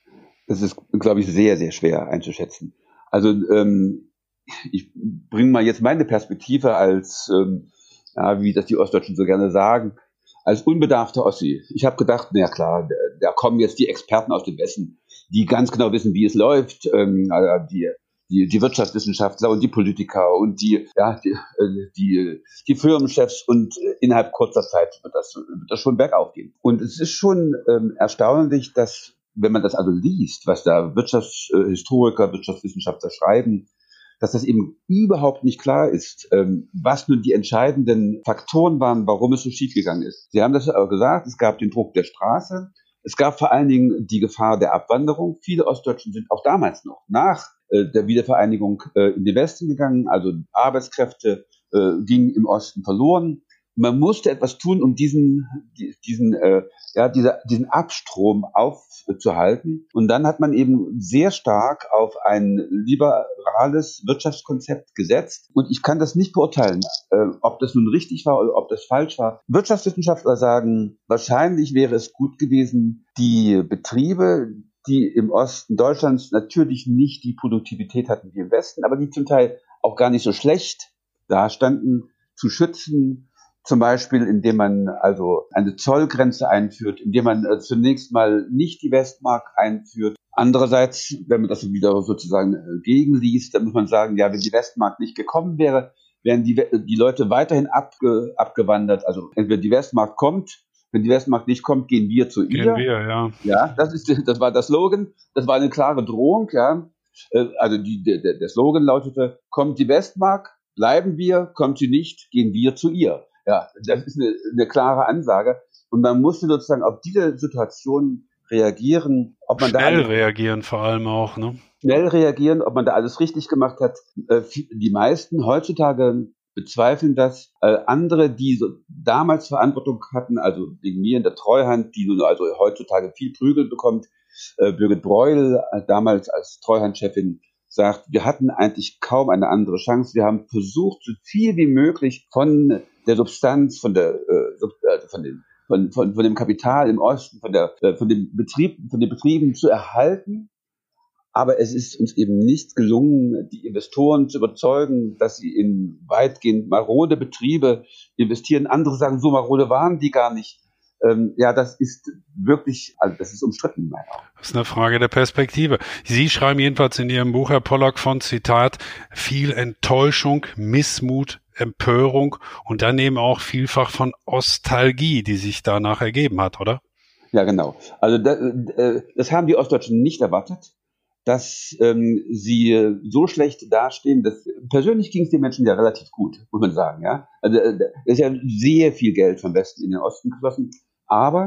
Das ist, glaube ich, sehr, sehr schwer einzuschätzen. Also ähm, ich bringe mal jetzt meine Perspektive als, ähm, ja, wie das die Ostdeutschen so gerne sagen, als unbedarfter Ossi. Ich habe gedacht, na ja, klar, da kommen jetzt die Experten aus dem Westen, die ganz genau wissen, wie es läuft, ähm, also die, die, die Wirtschaftswissenschaftler und die Politiker und die, ja, die, die, die Firmenchefs, und innerhalb kurzer Zeit wird das, wird das schon bergauf gehen. Und es ist schon ähm, erstaunlich, dass, wenn man das also liest, was da Wirtschaftshistoriker, Wirtschaftswissenschaftler schreiben, dass das eben überhaupt nicht klar ist, was nun die entscheidenden Faktoren waren, warum es so schiefgegangen ist. Sie haben das auch gesagt, es gab den Druck der Straße, es gab vor allen Dingen die Gefahr der Abwanderung. Viele Ostdeutschen sind auch damals noch nach der Wiedervereinigung in den Westen gegangen, also Arbeitskräfte gingen im Osten verloren. Man musste etwas tun, um diesen, diesen, äh, ja, dieser, diesen Abstrom aufzuhalten. Und dann hat man eben sehr stark auf ein liberales Wirtschaftskonzept gesetzt. Und ich kann das nicht beurteilen, äh, ob das nun richtig war oder ob das falsch war. Wirtschaftswissenschaftler sagen, wahrscheinlich wäre es gut gewesen, die Betriebe, die im Osten Deutschlands natürlich nicht die Produktivität hatten wie im Westen, aber die zum Teil auch gar nicht so schlecht dastanden, zu schützen. Zum Beispiel, indem man also eine Zollgrenze einführt, indem man äh, zunächst mal nicht die Westmark einführt. Andererseits, wenn man das wieder sozusagen äh, gegenliest, dann muss man sagen, ja, wenn die Westmark nicht gekommen wäre, wären die, die Leute weiterhin abge, abgewandert. Also entweder die Westmark kommt, wenn die Westmark nicht kommt, gehen wir zu ihr. Gehen wir, ja. Ja, das ist, das war der Slogan. Das war eine klare Drohung, ja. Äh, also die, der, der Slogan lautete: Kommt die Westmark, bleiben wir, kommt sie nicht, gehen wir zu ihr. Ja, das ist eine, eine klare Ansage. Und man musste sozusagen auf diese Situation reagieren. Ob man schnell da reagieren vor allem auch, ne? Schnell reagieren, ob man da alles richtig gemacht hat. Die meisten heutzutage bezweifeln das. Andere, die so damals Verantwortung hatten, also wegen mir in der Treuhand, die nun also heutzutage viel Prügel bekommt, Birgit Breuel, damals als Treuhandchefin, sagt, wir hatten eigentlich kaum eine andere Chance. Wir haben versucht, so viel wie möglich von der Substanz, von der, äh, von dem, von, von, von dem Kapital im Osten, von der, äh, von dem Betrieb, von den Betrieben zu erhalten. Aber es ist uns eben nicht gelungen, die Investoren zu überzeugen, dass sie in weitgehend marode Betriebe investieren. Andere sagen, so marode waren die gar nicht. Ähm, ja, das ist wirklich, also das ist umstritten in meinen Augen. Das ist eine Frage der Perspektive. Sie schreiben jedenfalls in Ihrem Buch, Herr Pollack, von, Zitat, viel Enttäuschung, Missmut, Empörung und dann eben auch vielfach von Ostalgie, die sich danach ergeben hat, oder? Ja, genau. Also das, äh, das haben die Ostdeutschen nicht erwartet, dass ähm, sie so schlecht dastehen. Dass, persönlich ging es den Menschen ja relativ gut, muss man sagen. Ja, also äh, es ist ja sehr viel Geld vom Westen in den Osten geflossen. Aber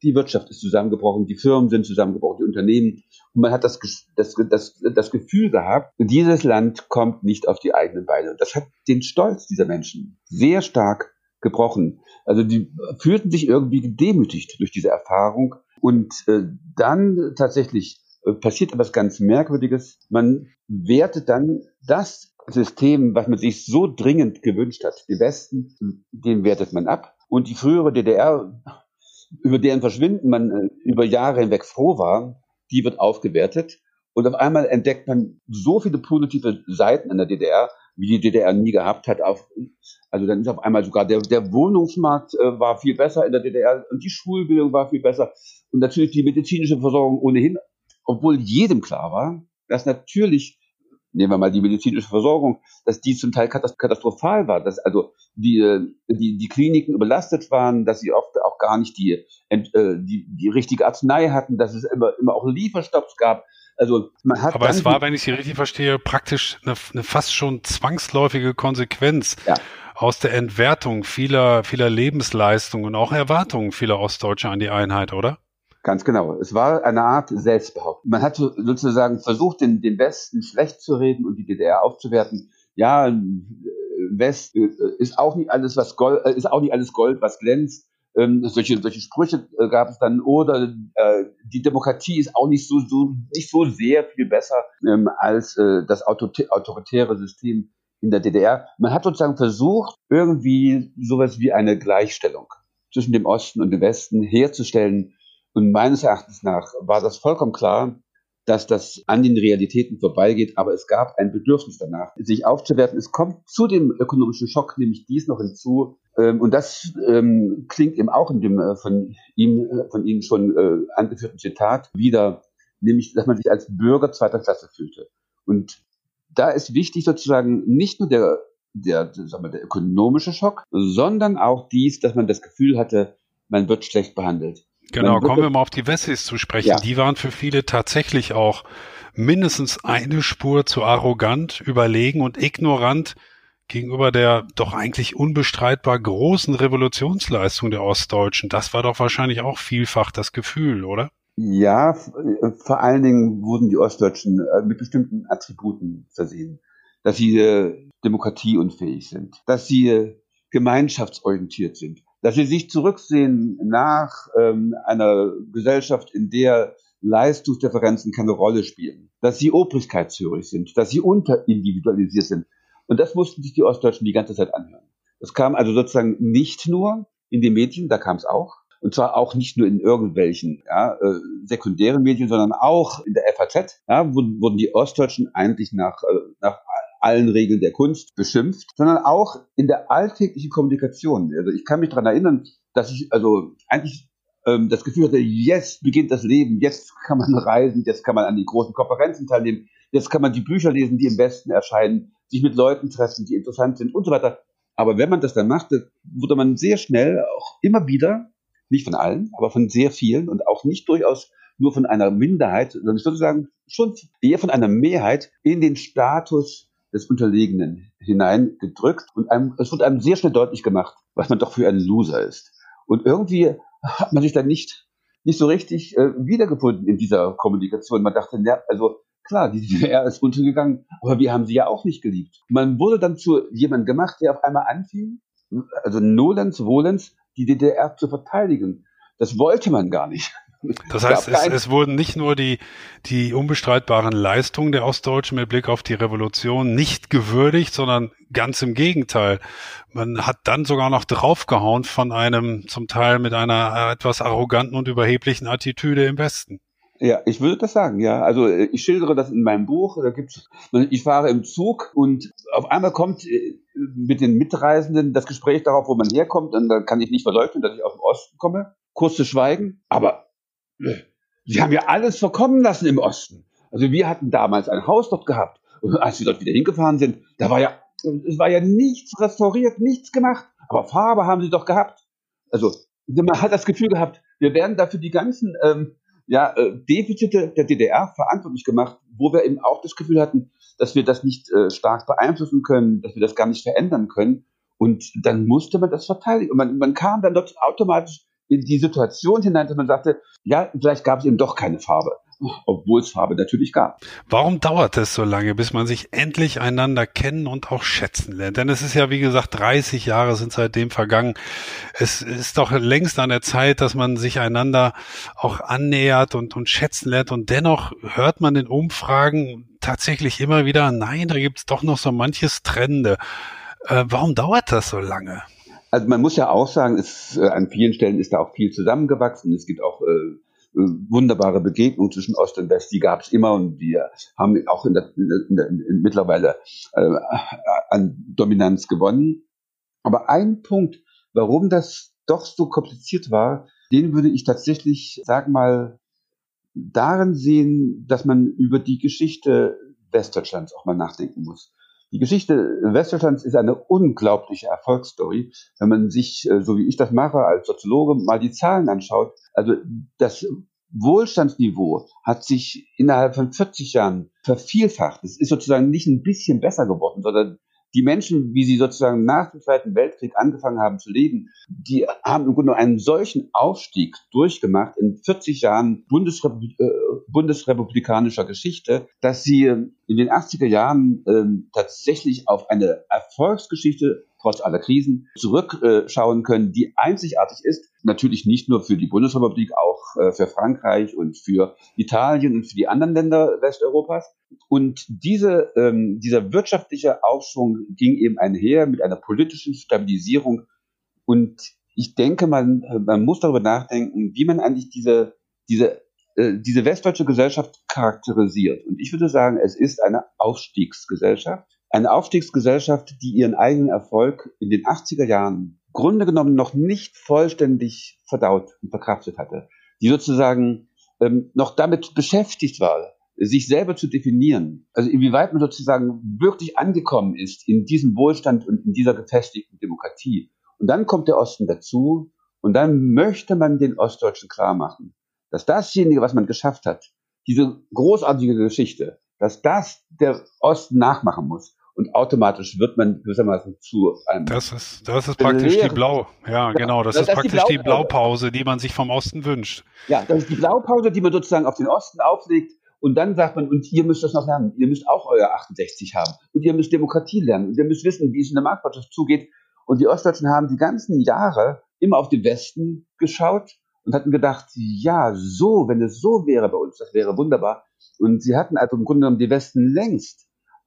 Die Wirtschaft ist zusammengebrochen, die Firmen sind zusammengebrochen, die Unternehmen. Und man hat das, das, das, das Gefühl gehabt, dieses Land kommt nicht auf die eigenen Beine. Und das hat den Stolz dieser Menschen sehr stark gebrochen. Also die fühlten sich irgendwie gedemütigt durch diese Erfahrung. Und äh, dann tatsächlich äh, passiert etwas ganz Merkwürdiges. Man wertet dann das System, was man sich so dringend gewünscht hat, den Westen, den wertet man ab. Und die frühere D D R, über deren Verschwinden man äh, über Jahre hinweg froh war, die wird aufgewertet. Und auf einmal entdeckt man so viele positive Seiten an der D D R, wie die D D R nie gehabt hat. Auf, also dann ist auf einmal sogar der, der Wohnungsmarkt äh, war viel besser in der D D R und die Schulbildung war viel besser. Und natürlich die medizinische Versorgung ohnehin, obwohl jedem klar war, dass natürlich, nehmen wir mal die medizinische Versorgung, dass die zum Teil katastrophal war, dass also die, die, die Kliniken überlastet waren, dass sie oft auch gar nicht die, die, die richtige Arznei hatten, dass es immer, immer auch Lieferstopps gab. Also man hat Aber es war, wenn ich Sie richtig verstehe, praktisch eine, eine fast schon zwangsläufige Konsequenz ja. aus der Entwertung vieler, vieler Lebensleistungen und auch Erwartungen vieler Ostdeutsche an die Einheit, oder? Ganz genau. Es war eine Art Selbstbehauptung. Man hat sozusagen versucht, den, den Westen schlecht zu reden und die D D R aufzuwerten. Ja, West ist auch nicht alles, was Gold, ist auch nicht alles Gold, was glänzt. Ähm, solche, solche Sprüche äh, gab es dann. Oder äh, die Demokratie ist auch nicht so, so, nicht so sehr viel besser ähm, als äh, das autoritäre System in der D D R. Man hat sozusagen versucht, irgendwie sowas wie eine Gleichstellung zwischen dem Osten und dem Westen herzustellen. Und meines Erachtens nach war das vollkommen klar, dass das an den Realitäten vorbeigeht, aber es gab ein Bedürfnis danach, sich aufzuwerten. Es kommt zu dem ökonomischen Schock nämlich dies noch hinzu, ähm, und das ähm, klingt eben auch in dem äh, von ihm, äh, von Ihnen schon äh, angeführten Zitat wieder, nämlich, dass man sich als Bürger zweiter Klasse fühlte. Und da ist wichtig sozusagen nicht nur der, der, sagen wir, der ökonomische Schock, sondern auch dies, dass man das Gefühl hatte, man wird schlecht behandelt. Genau, kommen wir mal auf die Wessis zu sprechen. Ja. Die waren für viele tatsächlich auch mindestens eine Spur zu arrogant, überlegen und ignorant gegenüber der doch eigentlich unbestreitbar großen Revolutionsleistung der Ostdeutschen. Das war doch wahrscheinlich auch vielfach das Gefühl, oder? Ja, vor allen Dingen wurden die Ostdeutschen mit bestimmten Attributen versehen. Dass sie äh, demokratieunfähig sind, dass sie äh, gemeinschaftsorientiert sind, dass sie sich zurücksehen nach ähm, einer Gesellschaft, in der Leistungsdifferenzen keine Rolle spielen, dass sie obrigkeitshörig sind, dass sie unterindividualisiert sind. Und das mussten sich die Ostdeutschen die ganze Zeit anhören. Das kam also sozusagen nicht nur in den Medien, da kam es auch, und zwar auch nicht nur in irgendwelchen ja, äh, sekundären Medien, sondern auch in der F A Z, ja, wurden, wurden die Ostdeutschen eigentlich nach, äh, nach allen Regeln der Kunst beschimpft, sondern auch in der alltäglichen Kommunikation. Also ich kann mich daran erinnern, dass ich also eigentlich ähm, das Gefühl hatte, jetzt beginnt das Leben, jetzt kann man reisen, jetzt kann man an die großen Konferenzen teilnehmen, jetzt kann man die Bücher lesen, die im Westen erscheinen, sich mit Leuten treffen, die interessant sind und so weiter. Aber wenn man das dann machte, wurde man sehr schnell auch immer wieder, nicht von allen, aber von sehr vielen und auch nicht durchaus nur von einer Minderheit, sondern ich würde sagen, schon eher von einer Mehrheit in den Status des Unterlegenen hineingedrückt und einem, es wurde einem sehr schnell deutlich gemacht, was man doch für ein Loser ist. Und irgendwie hat man sich dann nicht, nicht so richtig äh, wiedergefunden in dieser Kommunikation. Man dachte, ja, also klar, die D D R ist untergegangen, aber wir haben sie ja auch nicht geliebt. Man wurde dann zu jemandem gemacht, der auf einmal anfing, also nolens, volens, die D D R zu verteidigen. Das wollte man gar nicht. Das heißt, es, es wurden nicht nur die, die unbestreitbaren Leistungen der Ostdeutschen mit Blick auf die Revolution nicht gewürdigt, sondern ganz im Gegenteil. Man hat dann sogar noch draufgehauen von einem, zum Teil mit einer etwas arroganten und überheblichen Attitüde im Westen. Ja, ich würde das sagen, ja. Also ich schildere das in meinem Buch. Da gibt's, ich fahre im Zug und auf einmal kommt mit den Mitreisenden das Gespräch darauf, wo man herkommt. Und da kann ich nicht verleugnen, dass ich aus dem Osten komme. Kurzes Schweigen. Aber sie haben ja alles verkommen lassen im Osten. Also wir hatten damals ein Haus dort gehabt. Und als wir dort wieder hingefahren sind, da war ja, es war ja nichts restauriert, nichts gemacht. Aber Farbe haben sie doch gehabt. Also man hat das Gefühl gehabt, wir werden dafür die ganzen ähm, ja, äh, Defizite der D D R verantwortlich gemacht, wo wir eben auch das Gefühl hatten, dass wir das nicht äh, stark beeinflussen können, dass wir das gar nicht verändern können. Und dann musste man das verteidigen. Und man, man kam dann dort automatisch in die Situation hinein, dass man sagte, ja, vielleicht gab es eben doch keine Farbe, obwohl es Farbe natürlich gab. Warum dauert es so lange, bis man sich endlich einander kennen und auch schätzen lernt? Denn es ist ja, wie gesagt, dreißig Jahre sind seitdem vergangen. Es ist doch längst an der Zeit, dass man sich einander auch annähert und, und schätzen lernt. Und dennoch hört man in Umfragen tatsächlich immer wieder, nein, da gibt es doch noch so manches Trennende. Äh, warum dauert das so lange? Also man muss ja auch sagen, es, äh, an vielen Stellen ist da auch viel zusammengewachsen. Es gibt auch äh, wunderbare Begegnungen zwischen Ost und West, die gab es immer und wir haben auch in der, in der, in mittlerweile äh, an Dominanz gewonnen. Aber ein Punkt, warum das doch so kompliziert war, den würde ich tatsächlich, sag mal, darin sehen, dass man über die Geschichte Westdeutschlands auch mal nachdenken muss. Die Geschichte Westdeutschlands ist eine unglaubliche Erfolgsstory, wenn man sich, so wie ich das mache, als Soziologe mal die Zahlen anschaut. Also das Wohlstandsniveau hat sich innerhalb von vierzig Jahren vervielfacht. Es ist sozusagen nicht ein bisschen besser geworden, sondern die Menschen, wie sie sozusagen nach dem Zweiten Weltkrieg angefangen haben zu leben, die haben im Grunde einen solchen Aufstieg durchgemacht in vierzig Jahren Bundesrepu- äh, bundesrepublikanischer Geschichte, dass sie in den achtziger Jahren äh, tatsächlich auf eine Erfolgsgeschichte trotz aller Krisen zurückschauen können, die einzigartig ist. Natürlich nicht nur für die Bundesrepublik, auch äh, für Frankreich und für Italien und für die anderen Länder Westeuropas. Und diese, ähm, dieser wirtschaftliche Aufschwung ging eben einher mit einer politischen Stabilisierung. Und ich denke, man, man muss darüber nachdenken, wie man eigentlich diese, diese, äh, diese westdeutsche Gesellschaft charakterisiert. Und ich würde sagen, es ist eine Aufstiegsgesellschaft. Eine Aufstiegsgesellschaft, die ihren eigenen Erfolg in den achtziger Jahren im Grunde genommen noch nicht vollständig verdaut und verkraftet hatte. Die sozusagen ähm, noch damit beschäftigt war, sich selber zu definieren. Also inwieweit man sozusagen wirklich angekommen ist in diesem Wohlstand und in dieser gefestigten Demokratie. Und dann kommt der Osten dazu und dann möchte man den Ostdeutschen klar machen, dass dasjenige, was man geschafft hat, diese großartige Geschichte, dass das der Osten nachmachen muss. Und automatisch wird man gewissermaßen zu einem... Das ist, das ist praktisch die Blau... Ja, genau, das, das ist praktisch die, die Blaupause, die man sich vom Osten wünscht. Ja, das ist die Blaupause, die man sozusagen auf den Osten auflegt. Und dann sagt man, und ihr müsst das noch lernen. Ihr müsst auch euer achtundsechzig haben. Und ihr müsst Demokratie lernen. Und ihr müsst wissen, wie es in der Marktwirtschaft zugeht. Und die Ostdeutschen haben die ganzen Jahre immer auf den Westen geschaut und hatten gedacht, ja, so, wenn es so wäre bei uns, das wäre wunderbar. Und sie hatten also im Grunde genommen die Westen längst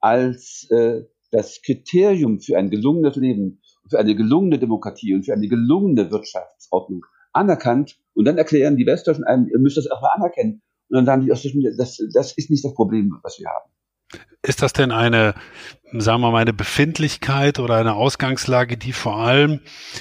als äh, das Kriterium für ein gelungenes Leben, für eine gelungene Demokratie und für eine gelungene Wirtschaftsordnung anerkannt. Und dann erklären die Westdeutschen einem, ihr müsst das auch mal anerkennen. Und dann sagen die Ostdeutschen, das, das ist nicht das Problem, was wir haben. Ist das denn eine, sagen wir mal, eine Befindlichkeit oder eine Ausgangslage, die vor allem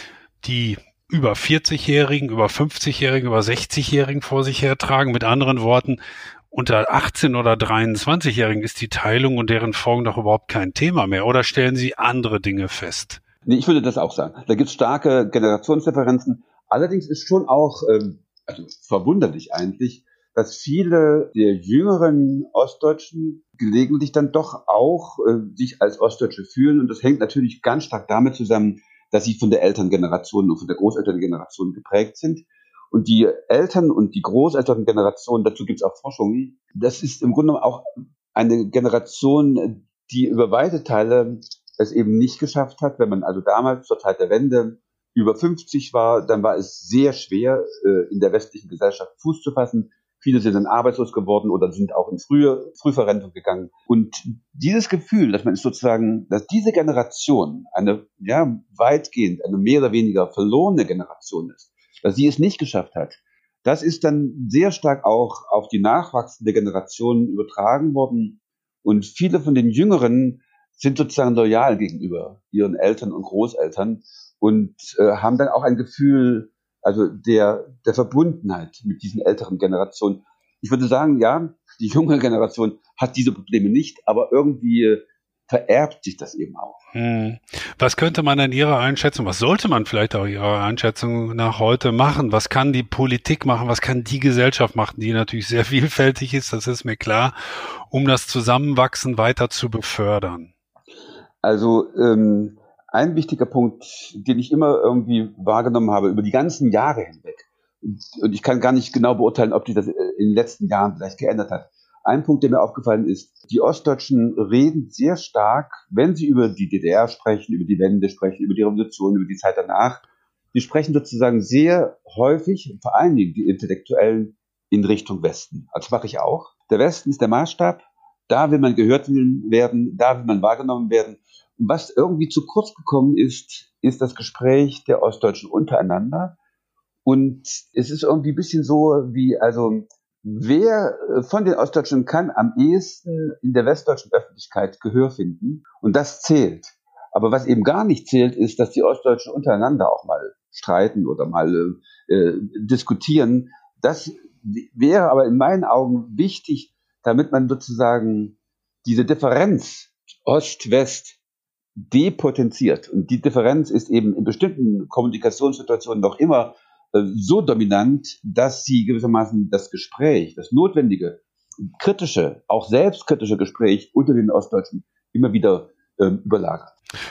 die über vierzigjährigen, über fünfzigjährigen, über sechzigjährigen vor sich hertragen? Mit anderen Worten, unter achtzehn- oder dreiundzwanzigjährigen ist die Teilung und deren Folgen doch überhaupt kein Thema mehr. Oder stellen Sie andere Dinge fest? Nee, ich würde das auch sagen. Da gibt es starke Generationsdifferenzen. Allerdings ist schon auch, ähm, also verwunderlich eigentlich, dass viele der jüngeren Ostdeutschen gelegentlich dann doch auch äh, sich als Ostdeutsche fühlen. Und das hängt natürlich ganz stark damit zusammen, dass sie von der Elterngeneration und von der Großelterngeneration geprägt sind. Und die Eltern- und die Großelterngeneration, dazu gibt es auch Forschungen, das ist im Grunde genommen auch eine Generation, die über weite Teile es eben nicht geschafft hat. Wenn man also damals zur Zeit der Wende über fünfzig war, dann war es sehr schwer, äh, in der westlichen Gesellschaft Fuß zu fassen. Viele sind dann arbeitslos geworden oder sind auch in frühe Frühverrentung gegangen. Und dieses Gefühl, dass man sozusagen, dass diese Generation eine, ja, weitgehend eine mehr oder weniger verlorene Generation ist, dass sie es nicht geschafft hat, das ist dann sehr stark auch auf die nachwachsende Generation übertragen worden. Und viele von den Jüngeren sind sozusagen loyal gegenüber ihren Eltern und Großeltern und äh, haben dann auch ein Gefühl, also der, der Verbundenheit mit diesen älteren Generationen. Ich würde sagen, ja, die junge Generation hat diese Probleme nicht, aber irgendwie vererbt sich das eben auch. Hm. Was könnte man in Ihrer Einschätzung, was sollte man vielleicht auch Ihrer Einschätzung nach heute machen? Was kann die Politik machen? Was kann die Gesellschaft machen, die natürlich sehr vielfältig ist, das ist mir klar, um das Zusammenwachsen weiter zu befördern? Also ähm, ein wichtiger Punkt, den ich immer irgendwie wahrgenommen habe über die ganzen Jahre hinweg, Und ich kann gar nicht genau beurteilen, ob sich das in den letzten Jahren vielleicht geändert hat. Ein Punkt, der mir aufgefallen ist, die Ostdeutschen reden sehr stark, wenn sie über die D D R sprechen, über die Wende sprechen, über die Revolution, über die Zeit danach. Sie sprechen sozusagen sehr häufig, vor allen Dingen die Intellektuellen, in Richtung Westen. Also das mache ich auch. Der Westen ist der Maßstab. Da will man gehört werden, da will man wahrgenommen werden. Und was irgendwie zu kurz gekommen ist, ist das Gespräch der Ostdeutschen untereinander. Und es ist irgendwie ein bisschen so wie, also, wer von den Ostdeutschen kann am ehesten in der westdeutschen Öffentlichkeit Gehör finden? Und das zählt. Aber was eben gar nicht zählt, ist, dass die Ostdeutschen untereinander auch mal streiten oder mal äh, diskutieren. Das wäre aber in meinen Augen wichtig, damit man sozusagen diese Differenz Ost-West depotenziert. Und die Differenz ist eben in bestimmten Kommunikationssituationen noch immer so dominant, dass sie gewissermaßen das Gespräch, das notwendige, kritische, auch selbstkritische Gespräch unter den Ostdeutschen immer wieder ähm, überlagert.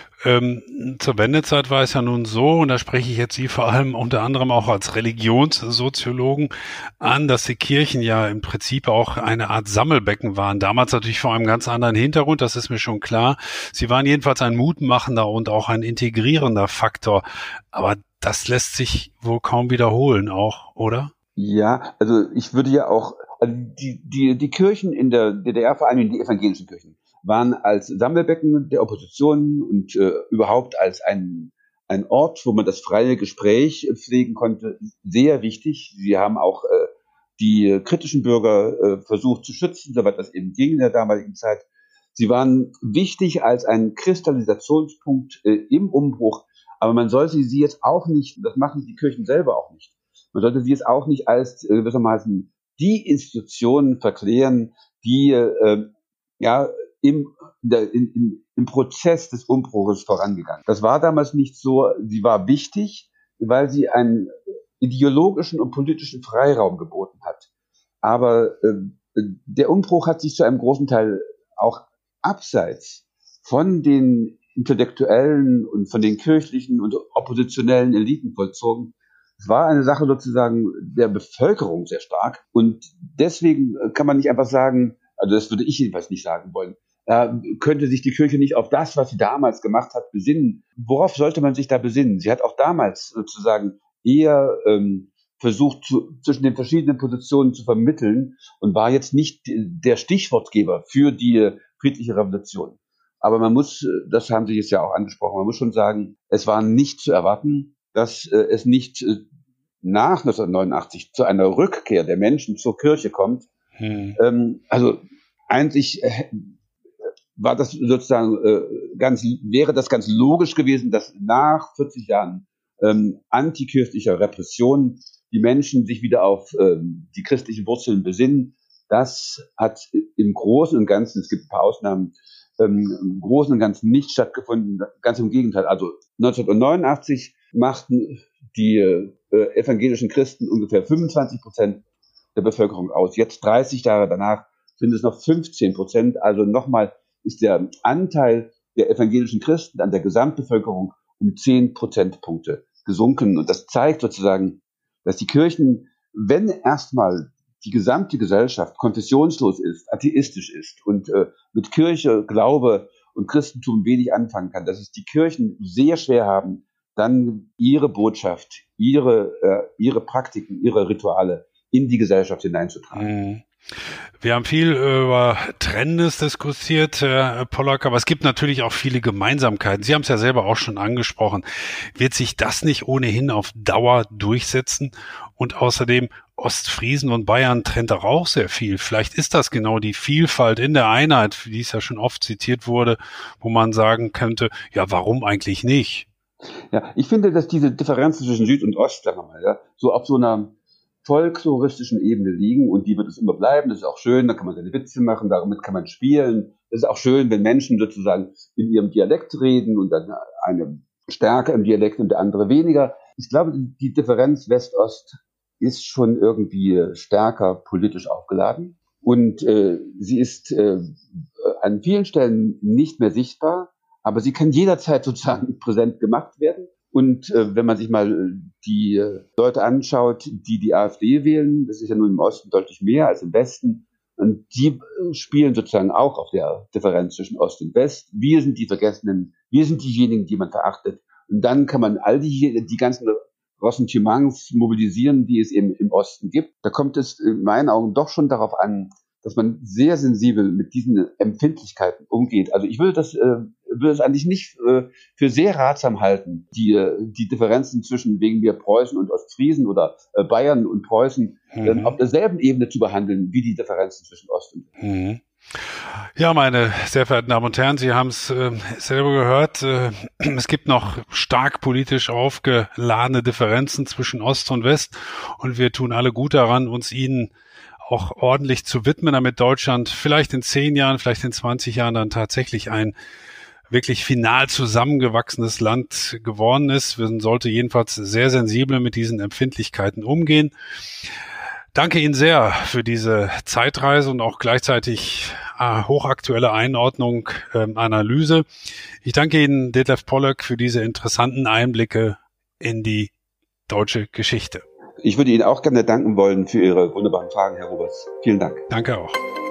Ähm, zur Wendezeit war es ja nun so, und da spreche ich jetzt Sie vor allem unter anderem auch als Religionssoziologen an, dass die Kirchen ja im Prinzip auch eine Art Sammelbecken waren. Damals natürlich vor einem ganz anderen Hintergrund, das ist mir schon klar. Sie waren jedenfalls ein mutmachender und auch ein integrierender Faktor. Aber das lässt sich wohl kaum wiederholen auch, oder? Ja, also ich würde ja auch, also die, die, die Kirchen in der D D R, vor allem die evangelischen Kirchen, waren als Sammelbecken der Opposition und äh, überhaupt als ein, ein Ort, wo man das freie Gespräch pflegen konnte, sehr wichtig. Sie haben auch äh, die kritischen Bürger äh, versucht zu schützen, soweit das eben ging in der damaligen Zeit. Sie waren wichtig als ein Kristallisationspunkt äh, im Umbruch, aber man sollte sie jetzt auch nicht, das machen die Kirchen selber auch nicht, man sollte sie jetzt auch nicht als äh, gewissermaßen die Institutionen verklären, die äh, ja im, der, in, in, im Prozess des Umbruches vorangegangen. Das war damals nicht so. Sie war wichtig, weil sie einen ideologischen und politischen Freiraum geboten hat. Aber äh, der Umbruch hat sich zu einem großen Teil auch abseits von den intellektuellen und von den kirchlichen und oppositionellen Eliten vollzogen. Es war eine Sache sozusagen der Bevölkerung sehr stark. Und deswegen kann man nicht einfach sagen, also das würde ich jedenfalls nicht sagen wollen, äh, könnte sich die Kirche nicht auf das, was sie damals gemacht hat, besinnen. Worauf sollte man sich da besinnen? Sie hat auch damals sozusagen eher ähm, versucht, zu, zwischen den verschiedenen Positionen zu vermitteln und war jetzt nicht der Stichwortgeber für die friedliche Revolution. Aber man muss, das haben Sie jetzt ja auch angesprochen, man muss schon sagen, es war nicht zu erwarten, dass äh, es nicht äh, nach neunzehnhundertneunundachtzig zu einer Rückkehr der Menschen zur Kirche kommt. Hm. Ähm, also eigentlich äh, war das sozusagen äh, ganz, wäre das ganz logisch gewesen, dass nach vierzig Jahren ähm, antikirchlicher Repression die Menschen sich wieder auf ähm, die christlichen Wurzeln besinnen. Das hat im Großen und Ganzen, es gibt ein paar Ausnahmen, ähm, im Großen und Ganzen nicht stattgefunden. Ganz im Gegenteil. Also neunzehnhundertneunundachtzig machten die äh, evangelischen Christen ungefähr fünfundzwanzig Prozent der Bevölkerung aus. Jetzt dreißig Jahre danach sind es noch fünfzehn Prozent. Also nochmal ist der Anteil der evangelischen Christen an der Gesamtbevölkerung um zehn Prozentpunkte gesunken. Und das zeigt sozusagen, dass die Kirchen, wenn erstmal die gesamte Gesellschaft konfessionslos ist, atheistisch ist und äh, mit Kirche, Glaube und Christentum wenig anfangen kann, dass es die Kirchen sehr schwer haben, dann ihre Botschaft, ihre, äh, ihre Praktiken, ihre Rituale in die Gesellschaft hineinzutragen. Wir haben viel über Trennendes diskutiert, Herr Pollack, aber es gibt natürlich auch viele Gemeinsamkeiten. Sie haben es ja selber auch schon angesprochen. Wird sich das nicht ohnehin auf Dauer durchsetzen? Und außerdem, Ostfriesen und Bayern trennt doch auch sehr viel. Vielleicht ist das genau die Vielfalt in der Einheit, wie es ja schon oft zitiert wurde, wo man sagen könnte, ja, warum eigentlich nicht? Ja, ich finde, dass diese Differenzen zwischen Süd und Ost, sagen wir mal, ja, so auf so einer folkloristischen Ebene liegen und die wird es immer bleiben. Das ist auch schön, da kann man seine Witze machen, damit kann man spielen. Das ist auch schön, wenn Menschen sozusagen in ihrem Dialekt reden und dann eine Stärke im Dialekt und der andere weniger. Ich glaube, die Differenz West-Ost ist schon irgendwie stärker politisch aufgeladen und äh, sie ist äh, an vielen Stellen nicht mehr sichtbar, aber sie kann jederzeit sozusagen präsent gemacht werden. Und äh, wenn man sich mal die Leute anschaut, die die AfD wählen, das ist ja nun im Osten deutlich mehr als im Westen, und die spielen sozusagen auch auf der Differenz zwischen Ost und West. Wir sind die Vergessenen, wir sind diejenigen, die man verachtet. Und dann kann man all die, die ganzen Ressentiments mobilisieren, die es eben im Osten gibt. Da kommt es in meinen Augen doch schon darauf an, dass man sehr sensibel mit diesen Empfindlichkeiten umgeht. Also ich würde das, äh, würde es eigentlich nicht äh, für sehr ratsam halten, die, die Differenzen zwischen wegen mir Preußen und Ostfriesen oder äh, Bayern und Preußen mhm. äh, auf derselben Ebene zu behandeln, wie die Differenzen zwischen Ost und West. Mhm. Ja, meine sehr verehrten Damen und Herren, Sie haben es äh, selber gehört, äh, es gibt noch stark politisch aufgeladene Differenzen zwischen Ost und West und wir tun alle gut daran, uns ihnen auch ordentlich zu widmen, damit Deutschland vielleicht in zehn Jahren, vielleicht in zwanzig Jahren dann tatsächlich ein wirklich final zusammengewachsenes Land geworden ist. Man sollte jedenfalls sehr sensibel mit diesen Empfindlichkeiten umgehen. Danke Ihnen sehr für diese Zeitreise und auch gleichzeitig äh, hochaktuelle Einordnung, äh, Analyse. Ich danke Ihnen, Detlef Pollack, für diese interessanten Einblicke in die deutsche Geschichte. Ich würde Ihnen auch gerne danken wollen für Ihre wunderbaren Fragen, Herr Roberts. Vielen Dank. Danke auch.